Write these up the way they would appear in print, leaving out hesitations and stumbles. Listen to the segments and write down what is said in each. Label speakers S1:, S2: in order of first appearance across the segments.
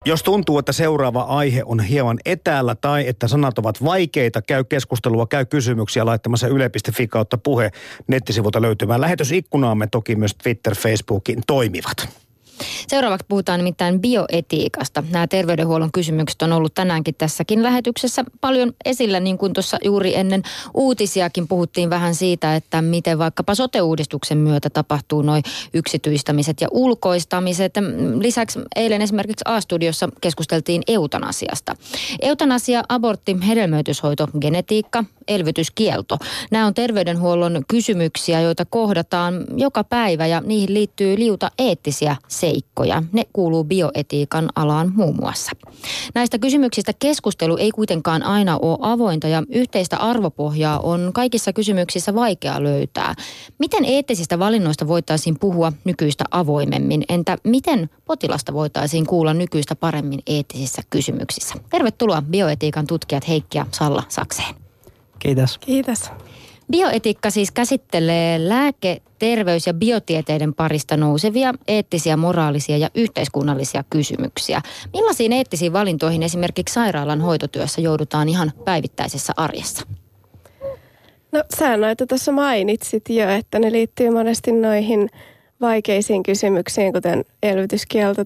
S1: Jos tuntuu, että seuraava aihe on hieman etäällä tai että sanat ovat vaikeita, käy keskustelua, käy kysymyksiä laittamassa yle.fi/puhe nettisivulta löytyvään lähetysikkunaamme. Toki myös Twitter, Facebookin toimivat.
S2: Seuraavaksi puhutaan nimittäin bioetiikasta. Nämä terveydenhuollon kysymykset on ollut tänäänkin tässäkin lähetyksessä paljon esillä, niin kuin tuossa juuri ennen uutisiakin puhuttiin vähän siitä, että miten vaikkapa sote-uudistuksen myötä tapahtuu nuo yksityistämiset ja ulkoistamiset. Lisäksi eilen esimerkiksi A-studiossa keskusteltiin eutanasiasta. Eutanasia, abortti, hedelmöityshoito, genetiikka, elvytyskielto. Nämä on terveydenhuollon kysymyksiä, joita kohdataan joka päivä ja niihin liittyy liuta eettisiä seikkoja. Ne kuuluu bioetiikan alaan muun muassa. Näistä kysymyksistä keskustelu ei kuitenkaan aina ole avointa ja yhteistä arvopohjaa on kaikissa kysymyksissä vaikea löytää. Miten eettisistä valinnoista voitaisiin puhua nykyistä avoimemmin? Entä miten potilasta voitaisiin kuulla nykyistä paremmin eettisissä kysymyksissä? Tervetuloa bioetiikan tutkijat Heikki ja Salla Sakseen.
S3: Kiitos.
S4: Kiitos.
S2: Bioetiikka siis käsittelee terveys- ja biotieteiden parista nousevia eettisiä, moraalisia ja yhteiskunnallisia kysymyksiä. Millaisiin eettisiin valintoihin esimerkiksi sairaalan hoitotyössä joudutaan ihan päivittäisessä arjessa?
S4: No sä noita tuossa mainitsit jo, että ne liittyy monesti noihin vaikeisiin kysymyksiin, kuten elvytyskielto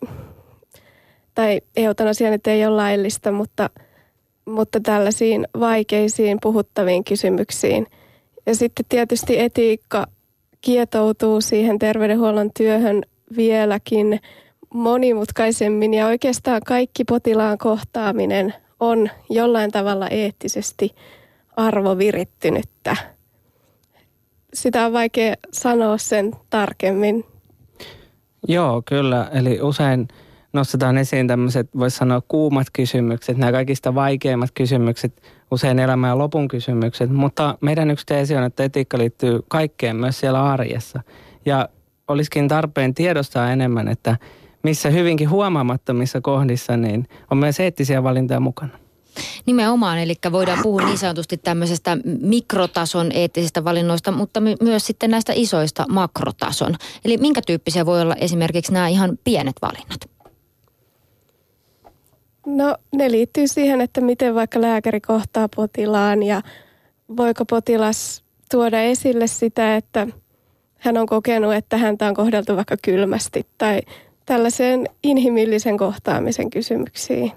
S4: tai eutanasia nyt ei ole laillista, mutta tällaisiin vaikeisiin puhuttaviin kysymyksiin. Ja sitten tietysti etiikka kietoutuu siihen terveydenhuollon työhön vieläkin monimutkaisemmin ja oikeastaan kaikki potilaan kohtaaminen on jollain tavalla eettisesti arvovirittynyttä. Sitä on vaikea sanoa sen tarkemmin.
S3: Joo, kyllä. Eli usein nostetaan esiin tämmöiset, voisi sanoa, kuumat kysymykset, nämä kaikista vaikeimmat kysymykset, usein elämän ja lopun kysymykset, mutta meidän yksi teesi on, että etiikka liittyy kaikkeen myös siellä arjessa. Ja olisikin tarpeen tiedostaa enemmän, että missä hyvinkin huomaamattomissa kohdissa niin on myös eettisiä valintoja mukana.
S2: Nimenomaan, eli voidaan puhua niin sanotusti tämmöisestä mikrotason eettisistä valinnoista, mutta myös sitten näistä isoista makrotason. Eli minkä tyyppisiä voi olla esimerkiksi nämä ihan pienet valinnat?
S4: No ne liittyy siihen, että miten vaikka lääkäri kohtaa potilaan ja voiko potilas tuoda esille sitä, että hän on kokenut, että häntä on kohdeltu vaikka kylmästi tai tällaiseen inhimillisen kohtaamisen kysymyksiin.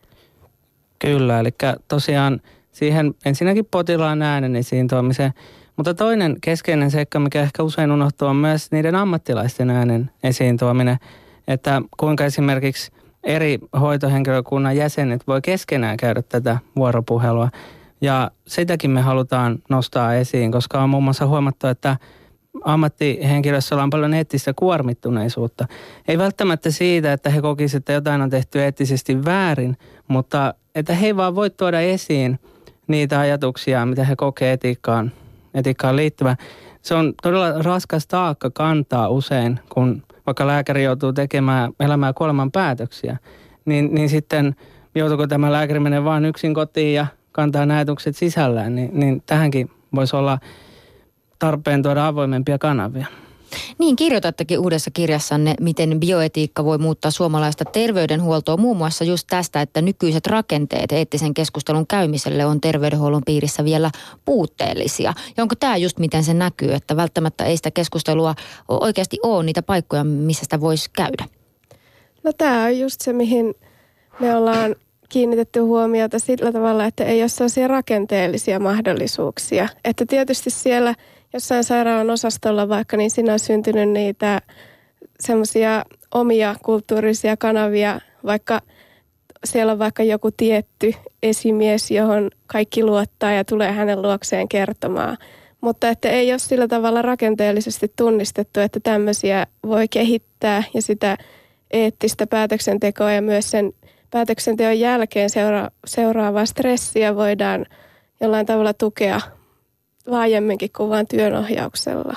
S3: Kyllä, eli tosiaan siihen ensinnäkin potilaan äänen esiin tuomiseen, mutta toinen keskeinen seikka, mikä ehkä usein unohtuu, on myös niiden ammattilaisten äänen esiin tuominen, että kuinka esimerkiksi eri hoitohenkilökunnan jäsenet voi keskenään käydä tätä vuoropuhelua. Ja sitäkin me halutaan nostaa esiin, koska on muun muassa huomattu, että ammattihenkilöstöllä on paljon eettistä kuormittuneisuutta. Ei välttämättä siitä, että he kokisivat, että jotain on tehty eettisesti väärin, mutta että he ei vaan voi tuoda esiin niitä ajatuksia, mitä he kokee etiikkaan liittyvän. Se on todella raskas taakka kantaa usein, kun vaikka lääkäri joutuu tekemään elämää kuoleman päätöksiä, niin sitten joutuuko tämä lääkäri menee vaan yksin kotiin ja kantaa nämä ajatukset sisällään, niin tähänkin voisi olla tarpeen tuoda avoimempia kanavia.
S2: Niin, kirjoitattekin uudessa kirjassanne, miten bioetiikka voi muuttaa suomalaista terveydenhuoltoa muun muassa just tästä, että nykyiset rakenteet eettisen keskustelun käymiselle on terveydenhuollon piirissä vielä puutteellisia. Ja onko tämä just miten se näkyy, että välttämättä ei sitä keskustelua oikeasti ole niitä paikkoja, missä sitä voisi käydä?
S4: No tämä on just se, mihin me ollaan kiinnitetty huomiota sillä tavalla, että ei ole sellaisia rakenteellisia mahdollisuuksia. Että tietysti siellä jossain sairaalan osastolla vaikka, niin siinä on syntynyt niitä semmoisia omia kulttuurisia kanavia, vaikka siellä on vaikka joku tietty esimies, johon kaikki luottaa ja tulee hänen luokseen kertomaan. Mutta että ei ole sillä tavalla rakenteellisesti tunnistettu, että tämmöisiä voi kehittää ja sitä eettistä päätöksentekoa ja myös sen päätöksenteon jälkeen seuraavaa stressiä voidaan jollain tavalla tukea laajemminkin kuin vain työnohjauksella.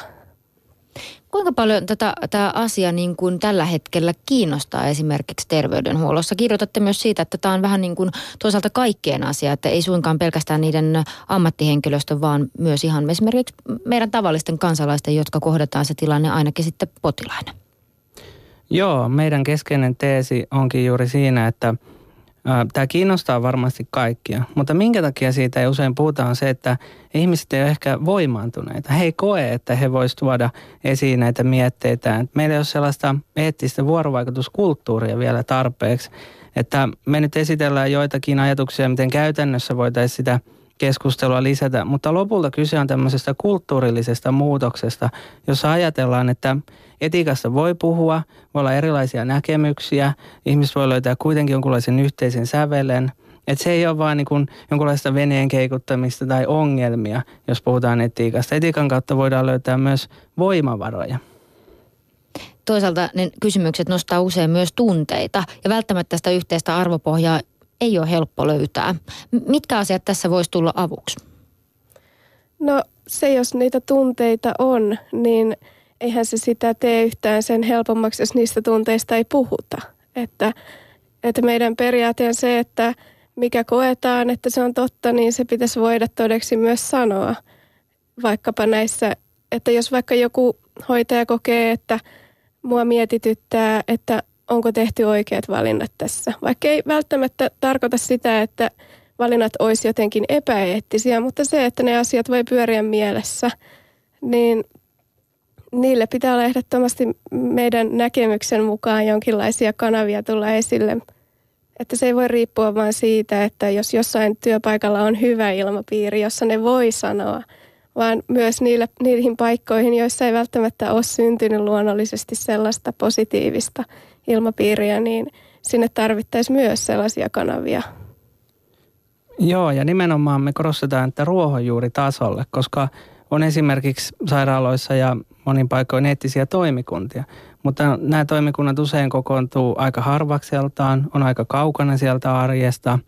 S2: Kuinka paljon tämä asia niin kuin tällä hetkellä kiinnostaa esimerkiksi terveydenhuollossa? Kirjoitatte myös siitä, että tämä on vähän niin kuin toisaalta kaikkien asia, että ei suinkaan pelkästään niiden ammattihenkilöstön, vaan myös ihan esimerkiksi meidän tavallisten kansalaisten, jotka kohdataan se tilanne ainakin sitten potilaina.
S3: Joo, meidän keskeinen teesi onkin juuri siinä, että tämä kiinnostaa varmasti kaikkia, mutta minkä takia siitä ei usein puhuta on se, että ihmiset ei ole ehkä voimaantuneita. He ei koe, että he voisivat tuoda esiin näitä mietteitä. Meillä ei ole sellaista eettistä vuorovaikutuskulttuuria vielä tarpeeksi, että me nyt esitellään joitakin ajatuksia, miten käytännössä voitaisiin sitä keskustelua lisätä, mutta lopulta kyse on tämmöisestä kulttuurillisesta muutoksesta, jossa ajatellaan, että etiikasta voi puhua, voi olla erilaisia näkemyksiä, ihmiset voi löytää kuitenkin jonkunlaisen yhteisen sävelen, että se ei ole vaan niin kuin jonkunlaista veneen keikuttamista tai ongelmia, jos puhutaan etiikasta. Etiikan kautta voidaan löytää myös voimavaroja.
S2: Toisaalta ne kysymykset nostaa usein myös tunteita ja välttämättä sitä yhteistä arvopohjaa ei ole helppo löytää. Mitkä asiat tässä voisi tulla avuksi?
S4: No se, jos niitä tunteita on, niin eihän se sitä tee yhtään sen helpommaksi, jos niistä tunteista ei puhuta. Että meidän periaate on se, että mikä koetaan, että se on totta, niin se pitäisi voida todeksi myös sanoa. Vaikkapa näissä, että jos vaikka joku hoitaja kokee, että mua mietityttää, että onko tehty oikeat valinnat tässä. Vaikka ei välttämättä tarkoita sitä, että valinnat olisi jotenkin epäeettisiä, mutta se, että ne asiat voi pyöriä mielessä, niin niille pitää olla ehdottomasti meidän näkemyksen mukaan jonkinlaisia kanavia tulla esille. Että se ei voi riippua vain siitä, että jos jossain työpaikalla on hyvä ilmapiiri, jossa ne voi sanoa, vaan myös niihin paikkoihin, joissa ei välttämättä ole syntynyt luonnollisesti sellaista positiivista ilmapiiriä, niin sinne tarvittaisiin myös sellaisia kanavia.
S3: Joo, ja nimenomaan me korostetaan, että ruohonjuuritasolle, koska on esimerkiksi sairaaloissa ja monin paikoin eettisiä toimikuntia, mutta nämä toimikunnat usein kokoontuu aika harvakseltaan, on aika kaukana sieltä arjesta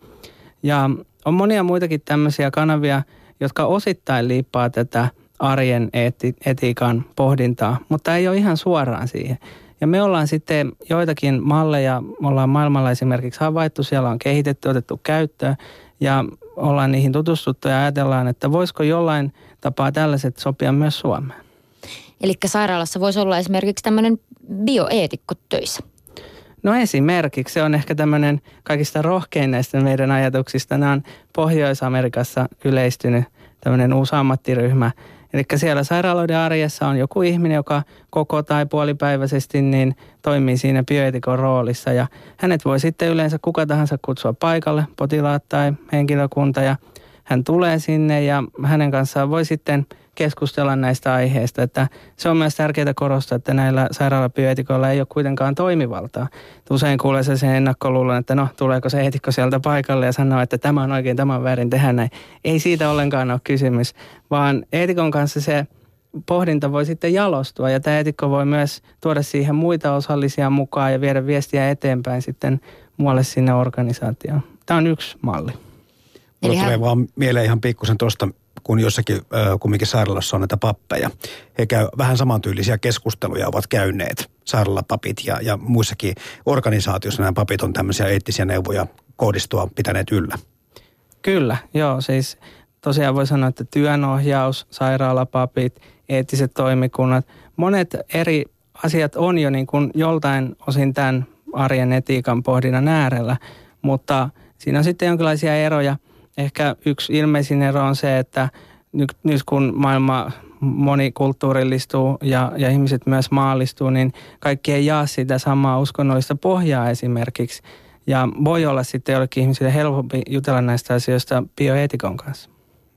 S3: ja on monia muitakin tämmöisiä kanavia, jotka osittain liippaa tätä arjen etiikan pohdintaa, mutta ei ole ihan suoraan siihen. Ja me ollaan sitten joitakin malleja, ollaan maailmalla esimerkiksi havaittu, siellä on kehitetty, otettu käyttöön ja ollaan niihin tutustuttu ja ajatellaan, että voisiko jollain tapaa tällaiset sopia myös Suomeen.
S2: Eli sairaalassa voisi olla esimerkiksi tämmöinen bioeetikko töissä.
S3: No esimerkiksi se on ehkä tämmöinen kaikista rohkein näistä meidän ajatuksista. Nämä on Pohjois-Amerikassa yleistynyt tämmöinen uusi ammattiryhmä. Eli siellä sairaaloiden arjessa on joku ihminen, joka koko tai puolipäiväisesti niin toimii siinä bioeetikon roolissa. Ja hänet voi sitten yleensä kuka tahansa kutsua paikalle, potilaat tai henkilökunta. Ja hän tulee sinne ja hänen kanssaan voi sitten keskustella näistä aiheista. Että se on myös tärkeää korostaa, että näillä sairaalabioetikoilla ei ole kuitenkaan toimivaltaa. Usein kuulee sen ennakkoluulon, että no tuleeko se eetikko sieltä paikalle ja sanoo, että tämä on oikein, tämä on väärin, tehdä näin. Ei siitä ollenkaan ole kysymys, vaan eetikon kanssa se pohdinta voi sitten jalostua ja tämä eetikko voi myös tuoda siihen muita osallisia mukaan ja viedä viestiä eteenpäin sitten muualle sinne organisaatioon. Tämä on yksi malli.
S1: Mulla tulee vaan mieleen ihan pikkusen tuosta, kun jossakin kumminkin sairaalassa on näitä pappeja. He käy vähän samantyylisiä keskusteluja, ovat käyneet sairaalapapit ja muissakin organisaatioissa nämä papit on tämmöisiä eettisiä neuvoja kohdistua pitäneet yllä.
S3: Kyllä, joo. Siis tosiaan voi sanoa, että työnohjaus, sairaalapapit, eettiset toimikunnat, monet eri asiat on jo niin kuin joltain osin tämän arjen etiikan pohdinnan äärellä, mutta siinä on sitten jonkinlaisia eroja. Ehkä yksi ilmeisin ero on se, että nyt kun maailma monikulttuurillistuu ja ihmiset myös maallistuu, niin kaikki ei jaa sitä samaa uskonnollista pohjaa esimerkiksi. Ja voi olla sitten jollekin ihmisille helpompi jutella näistä asioista bioeetikon kanssa.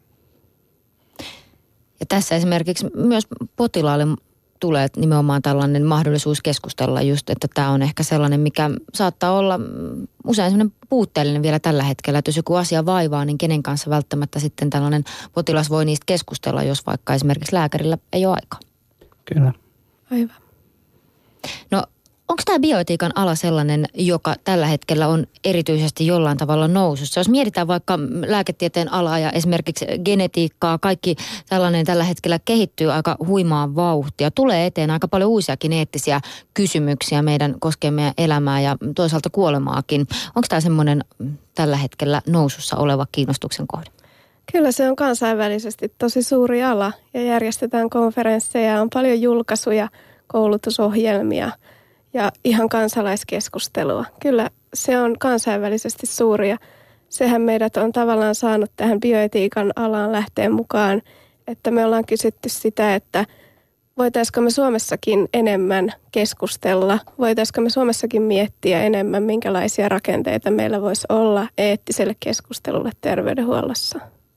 S2: Ja tässä esimerkiksi myös potilaalle tulee nimenomaan tällainen mahdollisuus keskustella just, että tämä on ehkä sellainen, mikä saattaa olla usein sellainen puutteellinen vielä tällä hetkellä, että jos joku asia vaivaa, niin kenen kanssa välttämättä sitten tällainen potilas voi niistä keskustella, jos vaikka esimerkiksi lääkärillä ei ole aikaa.
S3: Kyllä.
S4: Aivan.
S2: No onko tämä bioetiikan ala sellainen, joka tällä hetkellä on erityisesti jollain tavalla nousussa? Jos mietitään vaikka lääketieteen alaa ja esimerkiksi genetiikkaa, kaikki tällainen tällä hetkellä kehittyy aika huimaa vauhtia. Tulee eteen aika paljon uusiakin eettisiä kysymyksiä koskee meidän elämää ja toisaalta kuolemaakin. Onko tämä semmoinen tällä hetkellä nousussa oleva kiinnostuksen kohde?
S4: Kyllä se on kansainvälisesti tosi suuri ala ja järjestetään konferensseja, on paljon julkaisuja, koulutusohjelmia. ja ihan kansalaiskeskustelua. Kyllä se on kansainvälisesti suuri ja sehän meidät on tavallaan saanut tähän bioetiikan alaan lähteen mukaan, että me ollaan kysytty sitä, että voitaisiko me Suomessakin enemmän keskustella, voitaisiko me Suomessakin miettiä enemmän, minkälaisia rakenteita meillä voisi olla eettiselle keskustelulle terveydenhuollossa.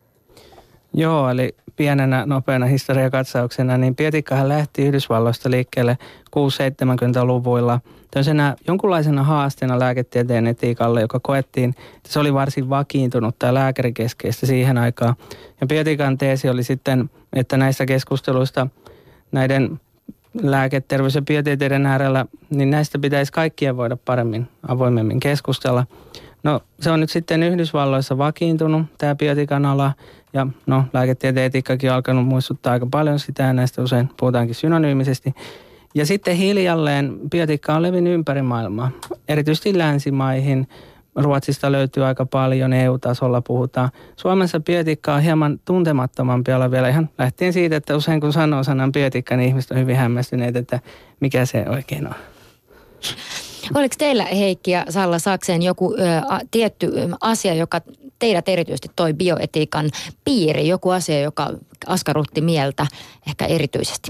S3: Joo, eli pienenä nopeana historiakatsauksena, niin bioetiikkahan lähti Yhdysvalloista liikkeelle 60-70-luvuilla tämmöisenä jonkunlaisena haasteena lääketieteen etiikalle, joka koettiin, että se oli varsin vakiintunut tai lääkärikeskeistä siihen aikaan. Ja bioetiikan teesi oli sitten, että näistä keskusteluista näiden lääketerveys- ja biotieteiden äärellä, niin näistä pitäisi kaikkien voida paremmin, avoimemmin keskustella. No se on nyt sitten Yhdysvalloissa vakiintunut, tämä bioetiikan ala, ja no lääketieteen etiikkakin on alkanut muistuttaa aika paljon sitä, ja näistä usein puhutaankin synonyymisesti. Ja sitten hiljalleen bioetiikka on levinnyt ympäri maailmaa, erityisesti länsimaihin. Ruotsista löytyy aika paljon, EU-tasolla puhutaan. Suomessa bioetiikka on hieman tuntemattomampi ala vielä ihan lähtien siitä, että usein kun sanoo sanan bioetiikka, niin ihmiset on hyvin hämmästyneet, että mikä se oikein on.
S2: Oliko teillä, Heikki ja Salla Sakseen, joku tietty asia, joka teidät erityisesti toi bioetiikan piiri, joku asia, joka askarrutti mieltä ehkä erityisesti?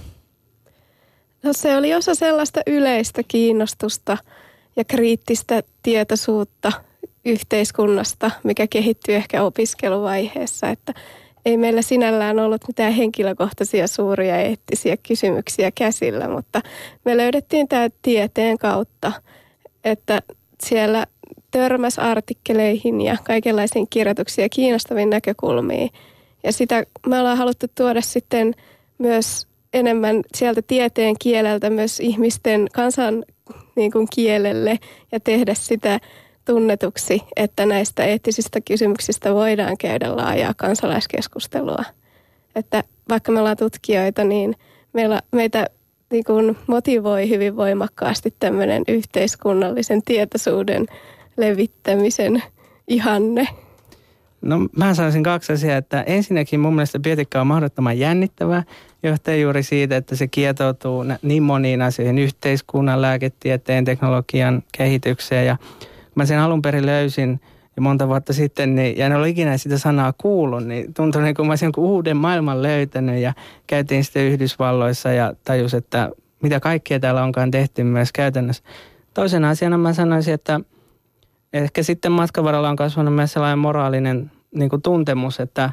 S4: No se oli osa sellaista yleistä kiinnostusta ja kriittistä tietoisuutta yhteiskunnasta, mikä kehittyy ehkä opiskeluvaiheessa, että ei meillä sinällään ollut mitään henkilökohtaisia suuria eettisiä kysymyksiä käsillä, mutta me löydettiin tämä tieteen kautta, että siellä törmäsi artikkeleihin ja kaikenlaisiin kirjoituksiin ja kiinnostaviin näkökulmiin. Ja sitä me ollaan haluttu tuoda sitten myös enemmän sieltä tieteen kieleltä myös ihmisten kansan niin kuin kielelle ja tehdä sitä tunnetuksi, että näistä eettisistä kysymyksistä voidaan käydä laajaa kansalaiskeskustelua. Että vaikka me ollaan tutkijoita, niin meitä niin kuin motivoi hyvin voimakkaasti tämmöinen yhteiskunnallisen tietoisuuden levittämisen ihanne.
S3: No mä sanoisin kaksi asiaa, että ensinnäkin mun mielestä bioetiikka on mahdottoman jännittävää, johtaa juuri siitä, että se kietoutuu niin moniin asioihin, yhteiskunnan, lääketieteen, teknologian kehitykseen. Ja kun mä sen alun perin löysin ja monta vuotta sitten, niin, ja en ole ikinä sitä sanaa kuullut, niin tuntui niin kuin mä olisin jonkun uuden maailman löytänyt ja käytiin sitten Yhdysvalloissa ja tajus, että mitä kaikkea täällä onkaan tehty myös käytännössä. Toisena asiana mä sanoisin, että ehkä sitten matkan varrella on kasvanut myös sellainen moraalinen niin kuin tuntemus, että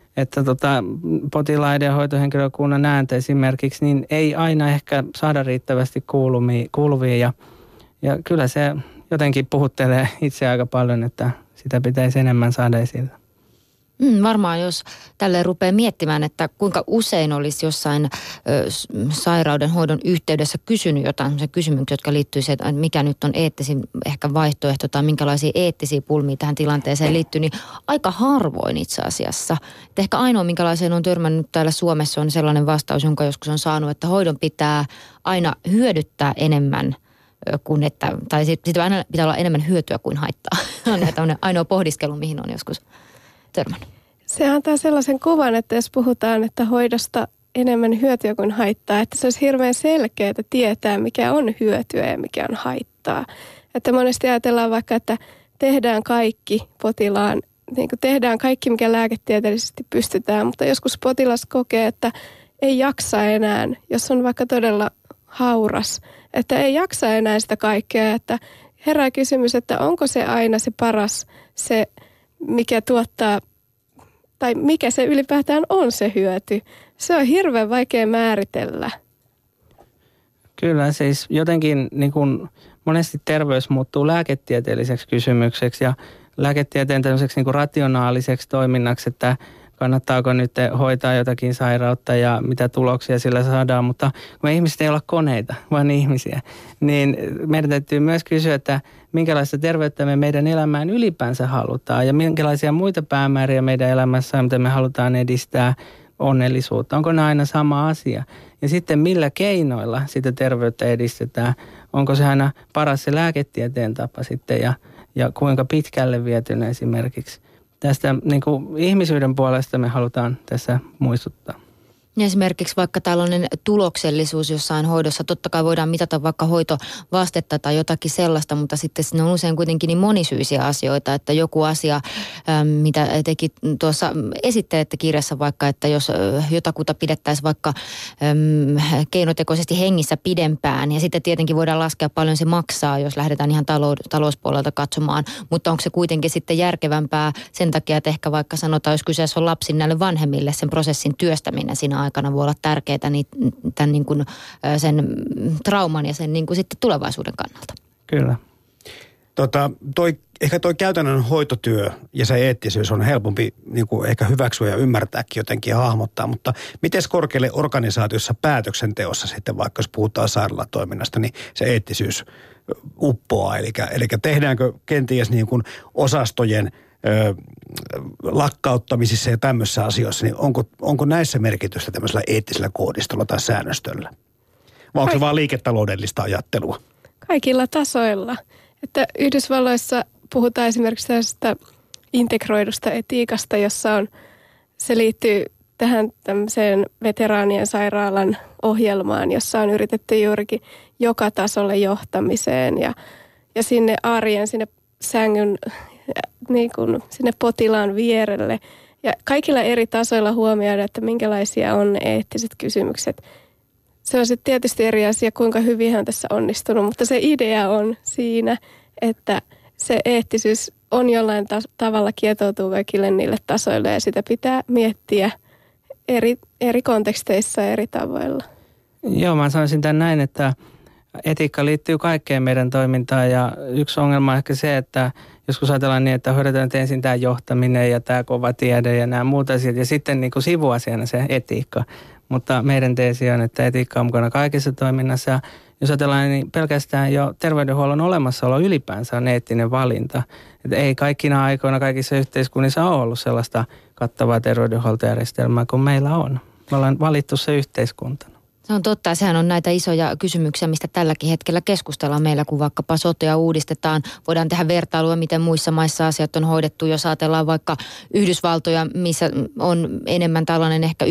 S3: potilaiden ja hoitohenkilökunnan ääntä esimerkiksi, niin ei aina ehkä saada riittävästi kuuluviin. Ja kyllä se jotenkin puhuttelee itse aika paljon, että sitä pitäisi enemmän saada esille.
S2: Varmaan jos tälleen rupeaa miettimään, että kuinka usein olisi jossain sairauden hoidon yhteydessä kysynyt jotain kysymyksiä, jotka liittyy siihen, että mikä nyt on eettisin ehkä vaihtoehto tai minkälaisia eettisiä pulmia tähän tilanteeseen liittyy, niin aika harvoin itse asiassa. Että ehkä ainoa, minkälaiseen on törmännyt täällä Suomessa on sellainen vastaus, jonka joskus on saanut, että hoidon pitää aina hyödyttää enemmän kuin että, tai siitä pitää olla enemmän hyötyä kuin haittaa. On tämmöinen ainoa pohdiskelu, mihin on joskus törmännyt.
S4: Se antaa sellaisen kuvan, että jos puhutaan, että hoidosta enemmän hyötyä kuin haittaa, että se olisi hirveän selkeää tietää, mikä on hyötyä ja mikä on haittaa. Että monesti ajatellaan vaikka, että tehdään kaikki potilaan, niin kuin tehdään kaikki, mikä lääketieteellisesti pystytään, mutta joskus potilas kokee, että ei jaksa enää, jos on vaikka todella hauras, että ei jaksa enää sitä kaikkea, että herää kysymys, että onko se aina se paras, se mikä tuottaa, tai mikä se ylipäätään on se hyöty. Se on hirveän vaikea määritellä.
S3: Kyllä, siis jotenkin niin kuin monesti terveys muuttuu lääketieteelliseksi kysymykseksi ja lääketieteen tämmöiseksi niin kuin rationaaliseksi toiminnaksi, että kannattaako nyt hoitaa jotakin sairautta ja mitä tuloksia sillä saadaan, mutta kun me ihmiset ei olla koneita, vaan ihmisiä, niin meidän täytyy myös kysyä, että minkälaista terveyttä me meidän elämään ylipäänsä halutaan ja minkälaisia muita päämääriä meidän elämässä on, mitä me halutaan edistää, onnellisuutta. Onko ne aina sama asia? Ja sitten millä keinoilla sitä terveyttä edistetään? Onko se aina paras se lääketieteen tapa sitten ja kuinka pitkälle vietynä esimerkiksi? Tästä niin kuin ihmisyyden puolesta me halutaan tässä muistuttaa.
S2: Esimerkiksi vaikka tällainen tuloksellisuus jossain hoidossa, totta kai voidaan mitata vaikka hoitovastetta tai jotakin sellaista, mutta sitten ne on usein kuitenkin niin monisyisiä asioita, että joku asia, mitä teki tuossa esittelette kirjassa vaikka, että jos jotakuta pidettäisiin vaikka keinotekoisesti hengissä pidempään ja sitten tietenkin voidaan laskea paljon se maksaa, jos lähdetään ihan talouspuolelta katsomaan, mutta onko se kuitenkin sitten järkevämpää sen takia, että ehkä vaikka sanotaan, jos kyseessä on lapsi näille vanhemmille, sen prosessin työstäminen siinä aikana voi olla tärkeää niin, tämän niin kuin, sen trauman ja sen niin kuin sitten tulevaisuuden kannalta.
S3: Kyllä.
S1: Ehkä toi käytännön hoitotyö ja se eettisyys on helpompi niin kuin ehkä hyväksyä ja ymmärtääkin jotenkin ja hahmottaa, mutta miten korkealle organisaatiossa päätöksenteossa sitten, vaikka jos puhutaan sairaalatoiminnasta, niin se eettisyys uppoaa, eli tehdäänkö kenties niin kuin osastojen lakkauttamisissa ja tämmöisissä asioissa, niin onko näissä merkitystä tämmöisellä eettisellä koodistolla tai säännöstöllä? Vai onko se vaan liiketaloudellista ajattelua?
S4: Kaikilla tasoilla. Että Yhdysvalloissa puhutaan esimerkiksi tästä integroidusta etiikasta, se liittyy tähän tämmöiseen veteraanien sairaalan ohjelmaan, jossa on yritetty juurikin joka tasolle johtamiseen ja sinne arjen, sinne sängyn, niin kuin sinne potilaan vierelle. Ja kaikilla eri tasoilla huomioida, että minkälaisia on ne eettiset kysymykset. Se on sitten tietysti eri asia, kuinka hyvin hän on tässä onnistunut, mutta se idea on siinä, että se eettisyys on jollain tavalla kietoutuu kaikille niille tasoille ja sitä pitää miettiä eri konteksteissa ja eri tavoilla.
S3: Joo, mä sanoisin tämän näin, että etiikka liittyy kaikkeen meidän toimintaan ja yksi ongelma on ehkä se, että joskus ajatellaan niin, että hoidetaan ensin tämä johtaminen ja tämä kova tiede ja nämä muut asiat ja sitten niin kuin sivuasiana se etiikka. Mutta meidän teesi on, että etiikka on mukana kaikessa toiminnassa ja jos ajatellaan, niin pelkästään jo terveydenhuollon olemassaolo ylipäänsä on eettinen valinta. Että ei kaikkina aikoina kaikissa yhteiskunnissa ole ollut sellaista kattavaa terveydenhuoltojärjestelmää kuin meillä on. Me ollaan valittu se yhteiskuntana.
S2: Se on totta ja sehän on näitä isoja kysymyksiä, mistä tälläkin hetkellä keskustellaan meillä, kun vaikkapa sotea uudistetaan. Voidaan tehdä vertailua, miten muissa maissa asiat on hoidettu, jos ajatellaan vaikka Yhdysvaltoja, missä on enemmän tällainen ehkä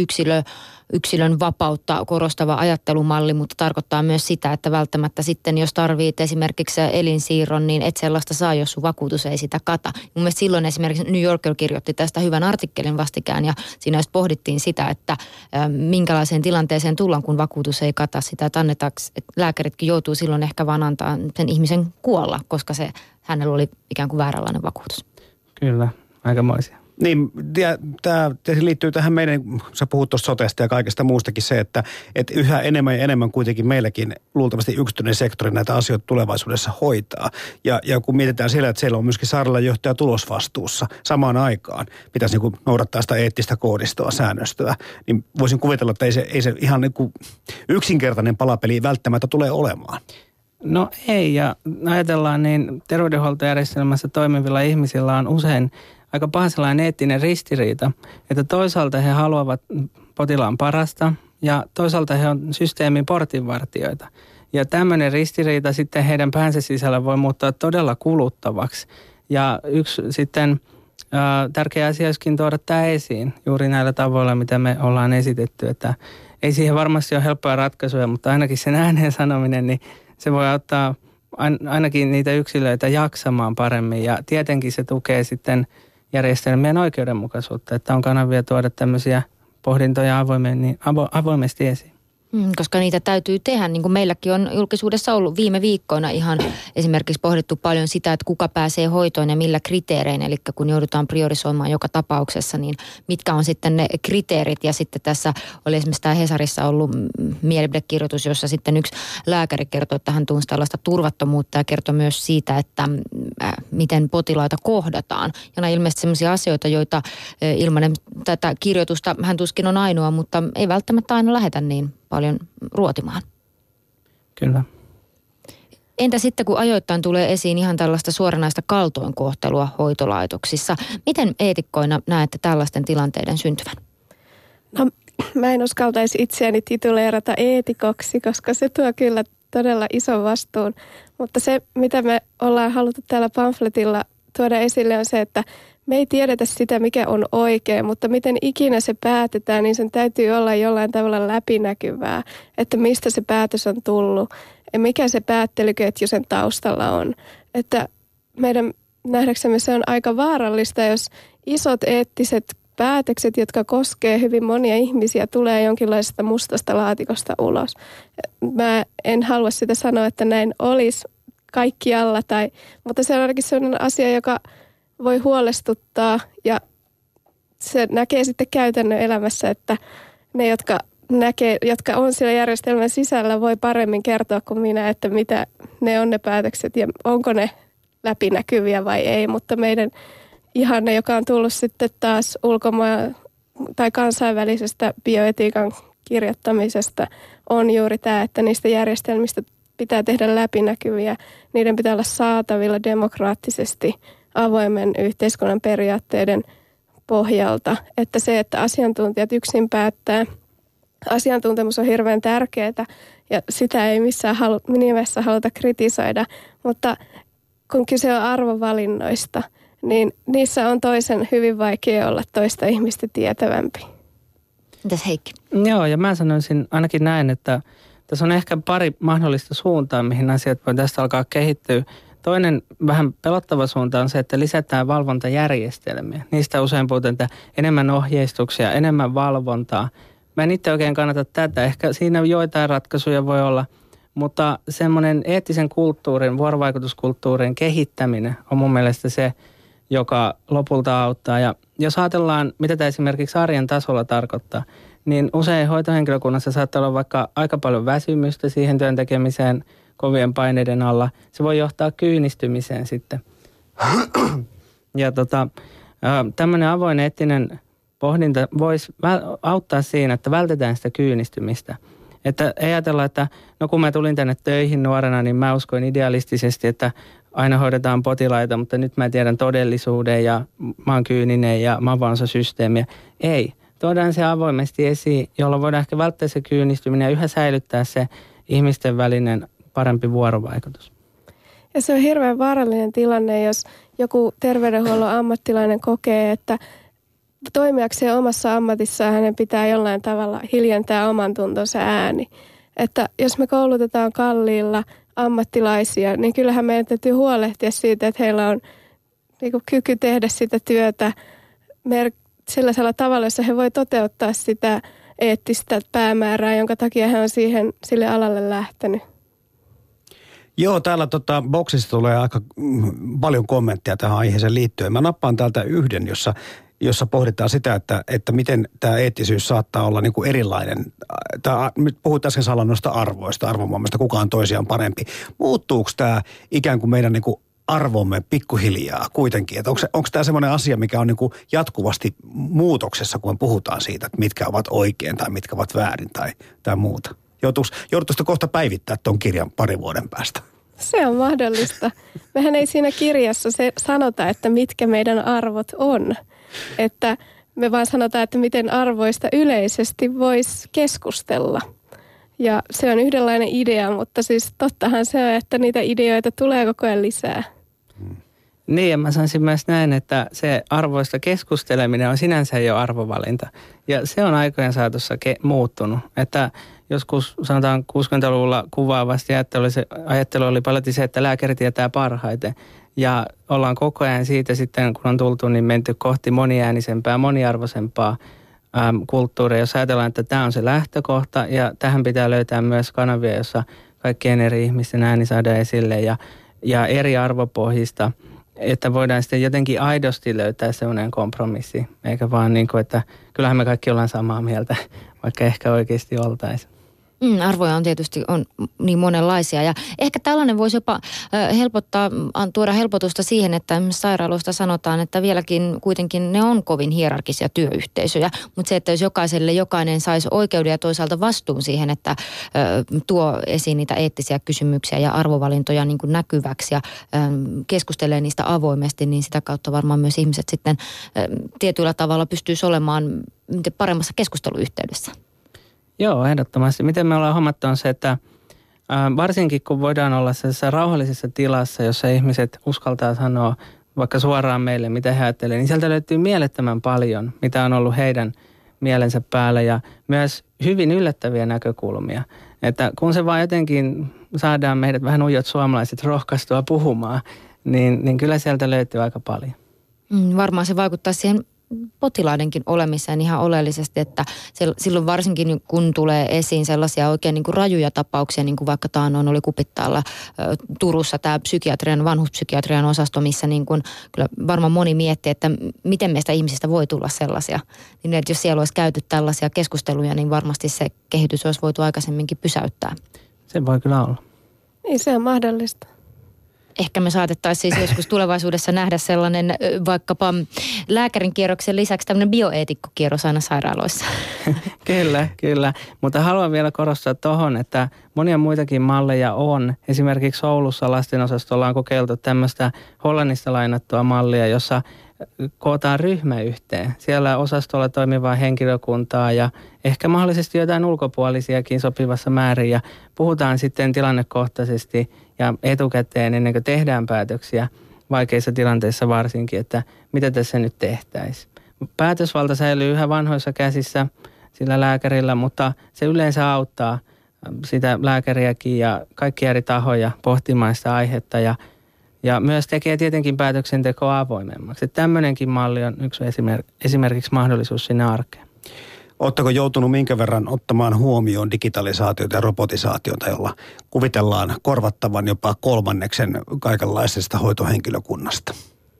S2: yksilön vapautta korostava ajattelumalli, mutta tarkoittaa myös sitä, että välttämättä sitten, jos tarvitset esimerkiksi elinsiirron, niin et sellaista saa, jos sun vakuutus ei sitä kata. Mun mielestä silloin esimerkiksi New Yorker kirjoitti tästä hyvän artikkelin vastikään ja siinä just pohdittiin sitä, että minkälaiseen tilanteeseen tullaan, kun vakuutus ei kata sitä, että lääkäritkin joutuu silloin ehkä vaan antaa sen ihmisen kuolla, koska hänellä oli ikään kuin vääränlainen vakuutus.
S3: Kyllä, aikamoisia.
S1: Niin, tämä liittyy tähän meidän, sä puhut tuosta sotesta ja kaikesta muustakin se, että yhä enemmän ja enemmän kuitenkin meilläkin luultavasti yksityinen sektori näitä asioita tulevaisuudessa hoitaa. Ja kun mietitään siellä, että siellä on myöskin sairaalajohtaja tulosvastuussa samaan aikaan, pitäisi niin noudattaa sitä eettistä koodistoa, säännöstöä, niin voisin kuvitella, että ei se ihan niin kuin yksinkertainen palapeli välttämättä tule olemaan.
S3: No ei, ja ajatellaan niin terveydenhuoltojärjestelmässä toimivilla ihmisillä on usein aika paha sellainen eettinen ristiriita, että toisaalta he haluavat potilaan parasta ja toisaalta he on systeemin portinvartijoita. Ja tämmöinen ristiriita sitten heidän päänsä sisällä voi muuttaa todella kuluttavaksi. Ja yksi sitten tärkeä asia olisikin tuoda tämä esiin juuri näillä tavoilla, mitä me ollaan esitetty. Että ei siihen varmasti ole helppoja ratkaisuja, mutta ainakin sen ääneen sanominen, niin se voi auttaa ainakin niitä yksilöitä jaksamaan paremmin. Ja tietenkin se tukee sitten järjestelmien oikeudenmukaisuutta, että on kanavia tuoda tämmöisiä pohdintoja avoimesti esiin.
S2: Koska niitä täytyy tehdä, niin kuin meilläkin on julkisuudessa ollut viime viikkoina ihan esimerkiksi pohdittu paljon sitä, että kuka pääsee hoitoon ja millä kriteerein. Eli kun joudutaan priorisoimaan joka tapauksessa, niin mitkä on sitten ne kriteerit. Ja sitten tässä oli esimerkiksi tämä Hesarissa ollut mielipidekirjoitus, jossa sitten yksi lääkäri kertoi, että hän tunsi tällaista turvattomuutta ja kertoi myös siitä, että miten potilaita kohdataan. Ja nämä ilmeisesti sellaisia asioita, joita ilman tätä kirjoitusta hän tuskin on ainoa, mutta ei välttämättä aina lähetä niin paljon ruotimaan.
S3: Kyllä.
S2: Entä sitten, kun ajoittain tulee esiin ihan tällaista suoranaista kaltoinkohtelua hoitolaitoksissa? Miten eetikkoina näette tällaisten tilanteiden syntyvän?
S4: No, mä en uskaltaisi itseäni tituleerata eetikoksi, koska se tuo kyllä todella ison vastuun. Mutta se, mitä me ollaan haluttu täällä pamfletilla tuoda esille, on se, että me ei tiedetä sitä, mikä on oikein, mutta miten ikinä se päätetään, niin sen täytyy olla jollain tavalla läpinäkyvää, että mistä se päätös on tullut ja mikä se päättelyketju sen taustalla on. Että meidän nähdäksemme se on aika vaarallista, jos isot eettiset päätökset, jotka koskee hyvin monia ihmisiä, tulee jonkinlaisesta mustasta laatikosta ulos. Mä en halua sitä sanoa, että näin olisi kaikkialla, mutta se on ainakin sellainen asia, joka voi huolestuttaa ja se näkee sitten käytännön elämässä, että ne, jotka on siellä järjestelmän sisällä, voi paremmin kertoa kuin minä, että mitä ne on ne päätökset ja onko ne läpinäkyviä vai ei, mutta meidän ihanne, joka on tullut sitten taas ulkomaan tai kansainvälisestä bioetiikan kirjoittamisesta, on juuri tämä, että niistä järjestelmistä pitää tehdä läpinäkyviä. Niiden pitää olla saatavilla demokraattisesti avoimen yhteiskunnan periaatteiden pohjalta. Että se, että asiantuntijat yksin päättää, asiantuntemus on hirveän tärkeää ja sitä ei missään nimessä haluta kritisoida, mutta kun kyse on arvovalinnoista, niin niissä on toisen hyvin vaikea olla toista ihmistä tietävämpi.
S2: Mitäs Heikki?
S3: Joo, ja mä sanoisin ainakin näin, että tässä on ehkä pari mahdollista suuntaa, mihin asiat voi tästä alkaa kehittyä. Toinen vähän pelottava suunta on se, että lisätään valvontajärjestelmiä. Niistä usein puhutaan, että enemmän ohjeistuksia, enemmän valvontaa. Mä en itse oikein kannata tätä. Ehkä siinä joitain ratkaisuja voi olla, mutta semmoinen eettisen kulttuurin, vuorovaikutuskulttuurin kehittäminen on mun mielestä se, joka lopulta auttaa. Ja jos ajatellaan, mitä tämä esimerkiksi arjen tasolla tarkoittaa, niin usein hoitohenkilökunnassa saattaa olla vaikka aika paljon väsymystä siihen työn tekemiseen kovien paineiden alla. Se voi johtaa kyynistymiseen sitten. Ja tämmöinen avoin eettinen pohdinta voisi auttaa siinä, että vältetään sitä kyynistymistä. Että ei ajatella, että no kun mä tulin tänne töihin nuorena, niin mä uskoin idealistisesti, että aina hoidetaan potilaita, mutta nyt mä tiedän todellisuuden ja mä oon kyyninen ja mä oon vaan osa systeemiä. Ei. Tuodaan se avoimesti esiin, jolloin voidaan ehkä välttää se kyynistyminen ja yhä säilyttää se ihmisten välinen parempi vuorovaikutus.
S4: Ja se on hirveän vaarallinen tilanne, jos joku terveydenhuollon ammattilainen kokee, että toimijakseen omassa ammatissaan hänen pitää jollain tavalla hiljentää oman tuntonsa ääni. Että jos me koulutetaan kalliilla ammattilaisia, niin kyllähän meidän täytyy huolehtia siitä, että heillä on kyky tehdä sitä työtä sellaisella tavalla, jossa he voi toteuttaa sitä eettistä päämäärää, jonka takia he on sille alalle lähtenyt.
S1: Joo, täällä boksissa tulee aika paljon kommentteja tähän aiheeseen liittyen. Mä nappaan täältä yhden, jossa pohditaan sitä, että miten tämä eettisyys saattaa olla niin kuin erilainen. Nyt puhuit äsken Salla noista arvoista, arvomaailmasta, kuka on toisiaan parempi. Muuttuuko tämä ikään kuin meidän niin kuin arvomme pikkuhiljaa kuitenkin? Että onko tämä semmoinen asia, mikä on niin kuin jatkuvasti muutoksessa, kun me puhutaan siitä, että mitkä ovat oikein tai mitkä ovat väärin tai muuta? Joudutuista kohta päivittää tuon kirjan 2 vuoden päästä?
S4: Se on mahdollista. Mehän ei siinä kirjassa sanota, että mitkä meidän arvot on. Että me vaan sanotaan, että miten arvoista yleisesti voisi keskustella. Ja se on yhdenlainen idea, mutta siis tottahan se on, että niitä ideoita tulee koko ajan lisää.
S3: Niin, ja mä sanoisin myös näin, että se arvoista keskusteleminen on sinänsä jo arvovalinta. Ja se on aikojen saatossa muuttunut. Että joskus sanotaan 60-luvulla kuvaavasti ajattelu oli paljon se, että lääkäri tietää parhaiten. Ja ollaan koko ajan siitä sitten, kun on tultu, niin menty kohti moniäänisempää, moniarvoisempaa kulttuuria. Jos ajatellaan, että tämä on se lähtökohta ja tähän pitää löytää myös kanavia, jossa kaikkien eri ihmisten ääni saadaan esille ja eri arvopohjista, että voidaan sitten jotenkin aidosti löytää sellainen kompromissi, eikä vaan niin kuin, että kyllähän me kaikki ollaan samaa mieltä, vaikka ehkä oikeasti oltaisiin.
S2: Arvoja on tietysti niin monenlaisia ja ehkä tällainen voisi jopa tuoda helpotusta siihen, että sairaaloista sanotaan, että vieläkin kuitenkin ne on kovin hierarkisia työyhteisöjä, mutta se, että jos jokainen saisi oikeuden ja toisaalta vastuun siihen, että tuo esiin niitä eettisiä kysymyksiä ja arvovalintoja niin kuin näkyväksi ja keskustelee niistä avoimesti, niin sitä kautta varmaan myös ihmiset sitten tietyllä tavalla pystyisi olemaan paremmassa keskusteluyhteydessä.
S3: Joo, ehdottomasti. Miten me ollaan hommattu on se, että varsinkin kun voidaan olla sellaisessa rauhallisessa tilassa, jossa ihmiset uskaltaa sanoa vaikka suoraan meille, mitä he ajattelevat, niin sieltä löytyy mielettömän paljon, mitä on ollut heidän mielensä päällä ja myös hyvin yllättäviä näkökulmia. Että kun se vaan jotenkin saadaan meidät vähän uijot suomalaiset rohkaistua puhumaan, niin kyllä sieltä löytyy aika paljon.
S2: Varmaan se vaikuttaa siihen potilaidenkin olemiseen ihan oleellisesti, että silloin varsinkin kun tulee esiin sellaisia oikein niin kuin rajuja tapauksia, niin kuin vaikka taannoin oli Kupittaalla Turussa tämä vanhuspsykiatrian osasto, missä niin kuin kyllä varmaan moni miettii, että miten meistä ihmisistä voi tulla sellaisia. Niin että jos siellä olisi käyty tällaisia keskusteluja, niin varmasti se kehitys olisi voitu aikaisemminkin pysäyttää.
S3: Se voi kyllä olla.
S4: Niin se on mahdollista.
S2: Ehkä me saatettaisiin siis joskus tulevaisuudessa nähdä sellainen vaikkapa lääkärin kierroksen lisäksi tämmöinen bioeetikkokierros aina sairaaloissa.
S3: Kyllä. Mutta haluan vielä korostaa tuohon, että monia muitakin malleja on. Esimerkiksi Oulussa lastenosastolla on kokeiltu tämmöistä Hollannista lainattua mallia, jossa kootaan ryhmä yhteen. Siellä osastolla toimivaa henkilökuntaa ja ehkä mahdollisesti jotain ulkopuolisiakin sopivassa määrin ja puhutaan sitten tilannekohtaisesti ja etukäteen ennen kuin tehdään päätöksiä vaikeissa tilanteissa varsinkin, että mitä tässä nyt tehtäisiin. Päätösvalta säilyy yhä vanhoissa käsissä sillä lääkärillä, mutta se yleensä auttaa sitä lääkäriäkin ja kaikkia eri tahoja pohtimaan sitä aihetta ja myös tekee tietenkin päätöksentekoa avoimemmaksi. Tämmöinenkin malli on yksi esimerkiksi mahdollisuus sinne arkeen.
S1: Oletteko joutunut minkä verran ottamaan huomioon digitalisaatiota ja robotisaatiota, jolla kuvitellaan korvattavan jopa 1/3 kaikenlaisesta hoitohenkilökunnasta?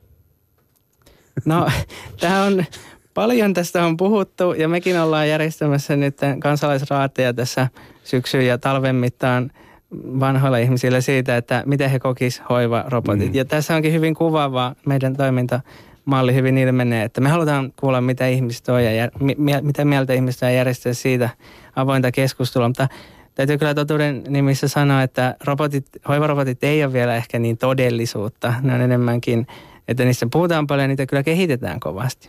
S3: No, tämä on paljon tästä on puhuttu ja mekin ollaan järjestämässä nyt kansalaisraateja tässä syksyn ja talven mittaan vanhoilla ihmisillä siitä, että miten he kokisivat hoivarobotit. Ja tässä onkin hyvin kuvaava meidän toimintamalli hyvin ilmenee, että me halutaan kuulla, mitä ihmiset on ja mitä mieltä ihmiset on järjestää siitä avointa keskustelua. Mutta täytyy kyllä totuuden nimissä sanoa, että hoivarobotit ei ole vielä ehkä niin todellisuutta. Ne on enemmänkin, että niistä puhutaan paljon ja niitä kyllä kehitetään kovasti.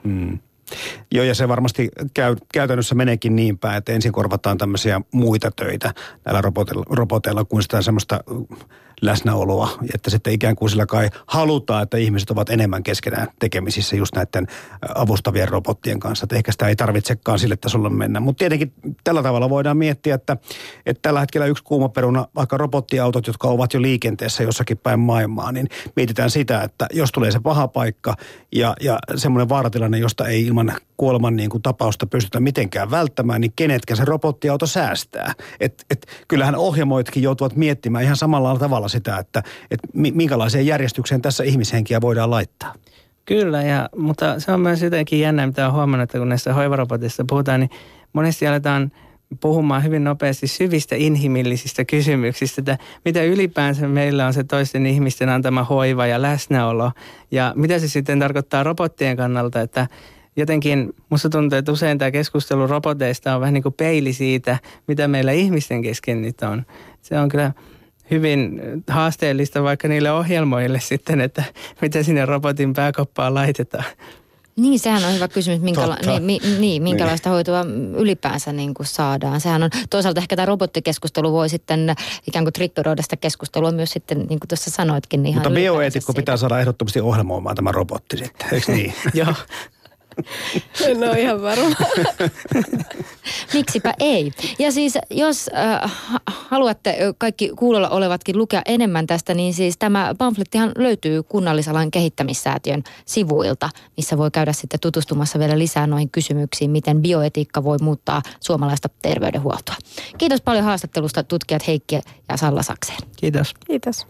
S1: Joo, ja se varmasti käytännössä meneekin niin päin, että ensin korvataan tämmöisiä muita töitä näillä roboteilla kuin sitä semmoista läsnäoloa, että sitten ikään kuin sillä kai halutaan, että ihmiset ovat enemmän keskenään tekemisissä just näiden avustavien robottien kanssa, että ehkä sitä ei tarvitsekaan sille tasolle mennä. Mutta tietenkin tällä tavalla voidaan miettiä, että tällä hetkellä yksi kuuma peruna, vaikka robottiautot, jotka ovat jo liikenteessä jossakin päin maailmaa, niin mietitään sitä, että jos tulee se paha paikka ja semmoinen vaaratilanne, josta ei ilman kuoleman niin kuin tapausta pystytä mitenkään välttämään, niin kenetkä se robottiauto säästää. Kyllähän ohjelmoitkin joutuvat miettimään ihan samalla tavalla sitä, että minkälaiseen järjestykseen tässä ihmishenkiä voidaan laittaa.
S3: Kyllä, mutta se on myös jotenkin jännä, mitä on huomannut, että kun näistä hoivarobotista puhutaan, niin monesti aletaan puhumaan hyvin nopeasti syvistä inhimillisistä kysymyksistä, että mitä ylipäänsä meillä on se toisten ihmisten antama hoiva ja läsnäolo ja mitä se sitten tarkoittaa robottien kannalta, että jotenkin musta tuntuu, että usein tämä keskustelu roboteista on vähän niin kuin peili siitä, mitä meillä ihmisten kesken nyt on. Se on kyllä hyvin haasteellista vaikka niille ohjelmoille sitten, että mitä sinne robotin pääkoppaan laitetaan.
S2: Niin, sehän on hyvä kysymys, minkälaista hoitoa ylipäänsä niin kuin saadaan. Sehän on, toisaalta ehkä tämä robottikeskustelu voi sitten ikään kuin triggeroida sitä keskustelua myös sitten, niin kuin tuossa sanoitkin. Niin
S1: mutta bioeetikko pitää saada ehdottomasti ohjelmoimaan tämä robotti sitten, eikö niin?
S3: Joo.
S4: En ole ihan varma.
S2: Miksipä ei. Ja siis jos haluatte kaikki kuulolla olevatkin lukea enemmän tästä, niin siis tämä pamflettihan löytyy Kunnallisalan kehittämissäätiön sivuilta, missä voi käydä sitten tutustumassa vielä lisää noihin kysymyksiin, miten bioetiikka voi muuttaa suomalaista terveydenhuoltoa. Kiitos paljon haastattelusta tutkijat Heikki ja Salla Sakseen.
S3: Kiitos.
S4: Kiitos.